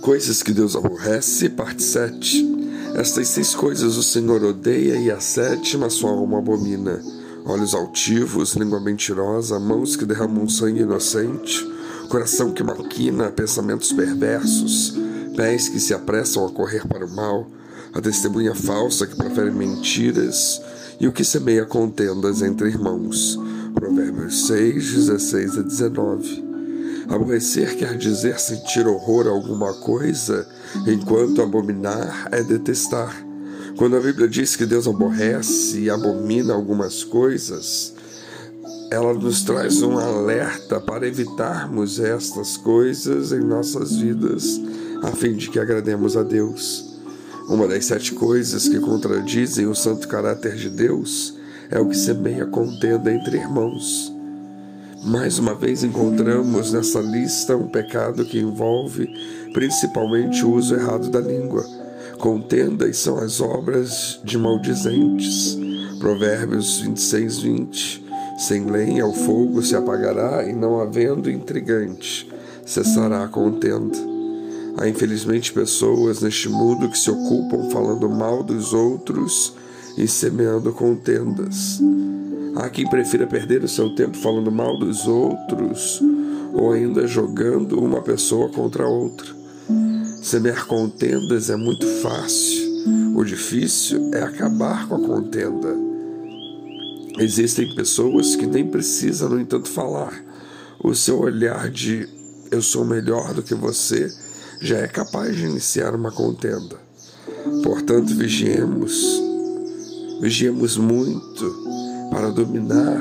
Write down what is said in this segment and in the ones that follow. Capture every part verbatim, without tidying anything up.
Coisas que Deus aborrece, parte sete. Estas seis coisas o Senhor odeia, e a sétima sua alma abomina: olhos altivos, língua mentirosa, mãos que derramam sangue inocente, coração que maquina pensamentos perversos, pés que se apressam a correr para o mal, a testemunha falsa que profere mentiras, e o que semeia contendas entre irmãos. Provérbios seis, dezesseis a dezenove. Aborrecer quer dizer sentir horror a alguma coisa, enquanto abominar é detestar. Quando a Bíblia diz que Deus aborrece e abomina algumas coisas, ela nos traz um alerta para evitarmos estas coisas em nossas vidas, a fim de que agrademos a Deus. Uma das sete coisas que contradizem o santo caráter de Deus é o que semeia contenda entre irmãos. Mais uma vez encontramos nessa lista um pecado que envolve principalmente o uso errado da língua. Contendas são as obras de maldizentes. Provérbios vinte e seis, vinte. Sem lenha o fogo se apagará, e não havendo intrigante, cessará a contenda. Há infelizmente pessoas neste mundo que se ocupam falando mal dos outros e semeando contendas. Há quem prefira perder o seu tempo falando mal dos outros ou ainda jogando uma pessoa contra a outra. Semear contendas é muito fácil. O difícil é acabar com a contenda. Existem pessoas que nem precisam, no entanto, falar. O seu olhar de "eu sou melhor do que você" já é capaz de iniciar uma contenda. Portanto, vigiemos, vigiemos muito para dominar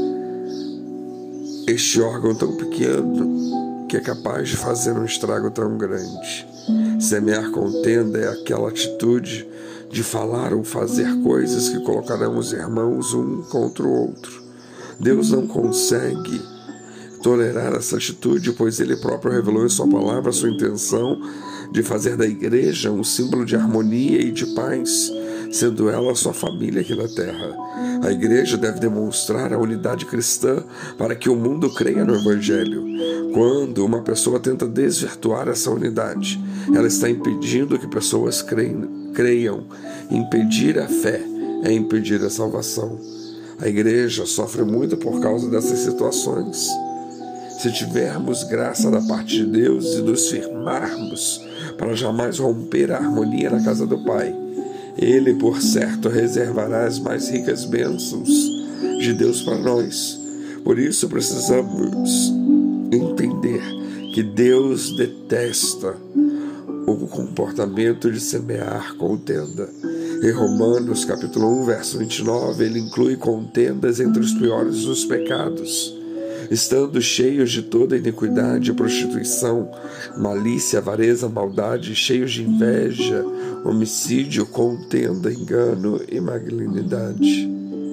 este órgão tão pequeno que é capaz de fazer um estrago tão grande. Semear contenda é aquela atitude de falar ou fazer coisas que colocarão os irmãos um contra o outro. Deus não consegue tolerar essa atitude, pois Ele próprio revelou em sua palavra a sua intenção de fazer da igreja um símbolo de harmonia e de paz, sendo ela a sua família aqui na terra. A igreja deve demonstrar a unidade cristã para que o mundo creia no Evangelho. Quando uma pessoa tenta desvirtuar essa unidade, ela está impedindo que pessoas creiam. Impedir a fé é impedir a salvação. A igreja sofre muito por causa dessas situações. Se tivermos graça da parte de Deus e nos firmarmos para jamais romper a harmonia na casa do Pai, Ele, por certo, reservará as mais ricas bênçãos de Deus para nós. Por isso precisamos entender que Deus detesta o comportamento de semear contenda. Em Romanos capítulo um, verso vinte e nove, ele inclui contendas entre os piores dos pecados, estando cheios de toda iniquidade, prostituição, malícia, avareza, maldade, cheios de inveja, homicídio, contenda, engano e malignidade.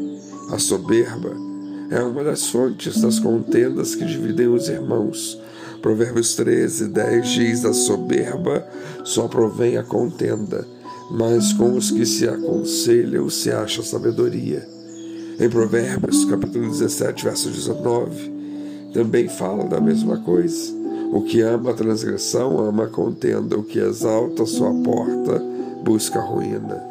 A soberba é uma das fontes das contendas que dividem os irmãos. Provérbios treze, dez diz: a soberba só provém a contenda, mas com os que se aconselham se acha sabedoria. Em Provérbios capítulo dezessete, verso dezenove, também fala da mesma coisa. O que ama a transgressão ama a contenda, o que exalta a sua porta busca a ruína.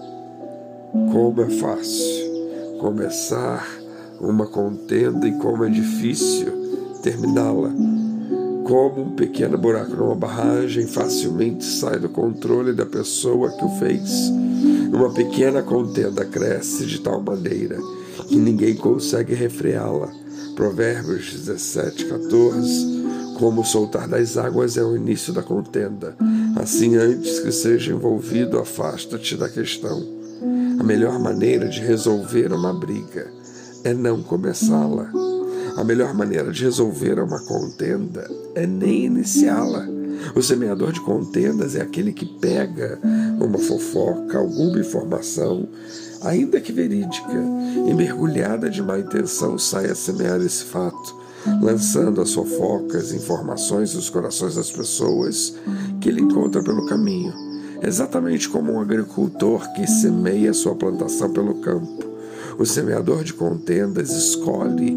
Como é fácil começar uma contenda e como é difícil terminá-la. Como um pequeno buraco numa barragem facilmente sai do controle da pessoa que o fez. Uma pequena contenda cresce de tal maneira que ninguém consegue refreá-la. Provérbios dezessete, quatorze. Como o soltar das águas é o início da contenda, assim antes que seja envolvido, afasta-te da questão. A melhor maneira de resolver uma briga é não começá-la. A melhor maneira de resolver uma contenda é nem iniciá-la. O semeador de contendas é aquele que pega uma fofoca, alguma informação, ainda que verídica, e mergulhada de má intenção sai a semear esse fato, lançando as fofocas, informações nos corações das pessoas que ele encontra pelo caminho, exatamente como um agricultor que semeia sua plantação pelo campo. O semeador de contendas escolhe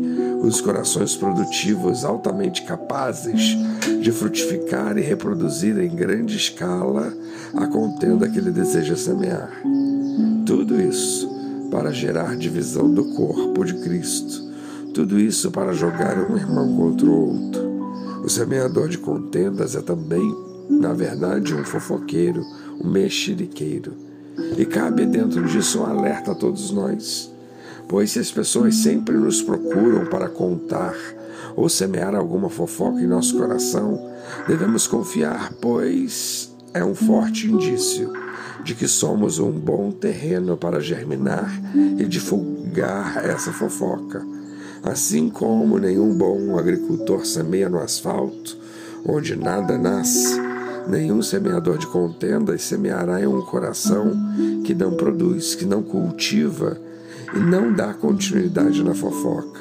os corações produtivos altamente capazes de frutificar e reproduzir em grande escala a contenda que ele deseja semear. Tudo isso para gerar divisão do corpo de Cristo. Tudo isso para jogar um irmão contra o outro. O semeador de contendas é também, na verdade, um fofoqueiro, um mexeriqueiro. E cabe dentro disso um alerta a todos nós. Pois se as pessoas sempre nos procuram para contar ou semear alguma fofoca em nosso coração, devemos confiar, pois é um forte indício de que somos um bom terreno para germinar e divulgar essa fofoca. Assim como nenhum bom agricultor semeia no asfalto, onde nada nasce, nenhum semeador de contendas semeará em um coração que não produz, que não cultiva e não dá continuidade na fofoca.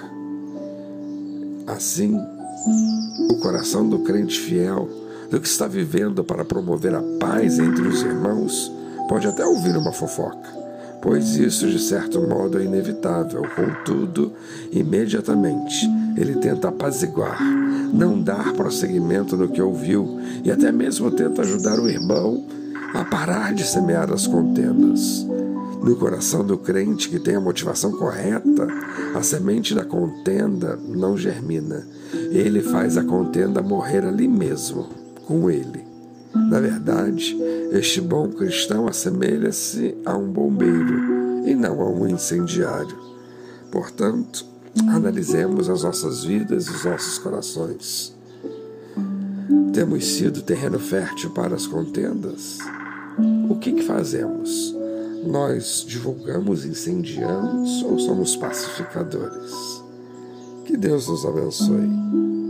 Assim, o coração do crente fiel, do que está vivendo para promover a paz entre os irmãos, pode até ouvir uma fofoca, pois isso, de certo modo, é inevitável. Contudo, imediatamente, ele tenta apaziguar, não dar prosseguimento no que ouviu e até mesmo tenta ajudar o irmão a parar de semear as contendas. No coração do crente que tem a motivação correta, a semente da contenda não germina. Ele faz a contenda morrer ali mesmo, com ele. Na verdade, este bom cristão assemelha-se a um bombeiro e não a um incendiário. Portanto, analisemos as nossas vidas e os nossos corações. Temos sido terreno fértil para as contendas? O que que fazemos? Nós divulgamos, incendiamos ou somos pacificadores? Que Deus nos abençoe.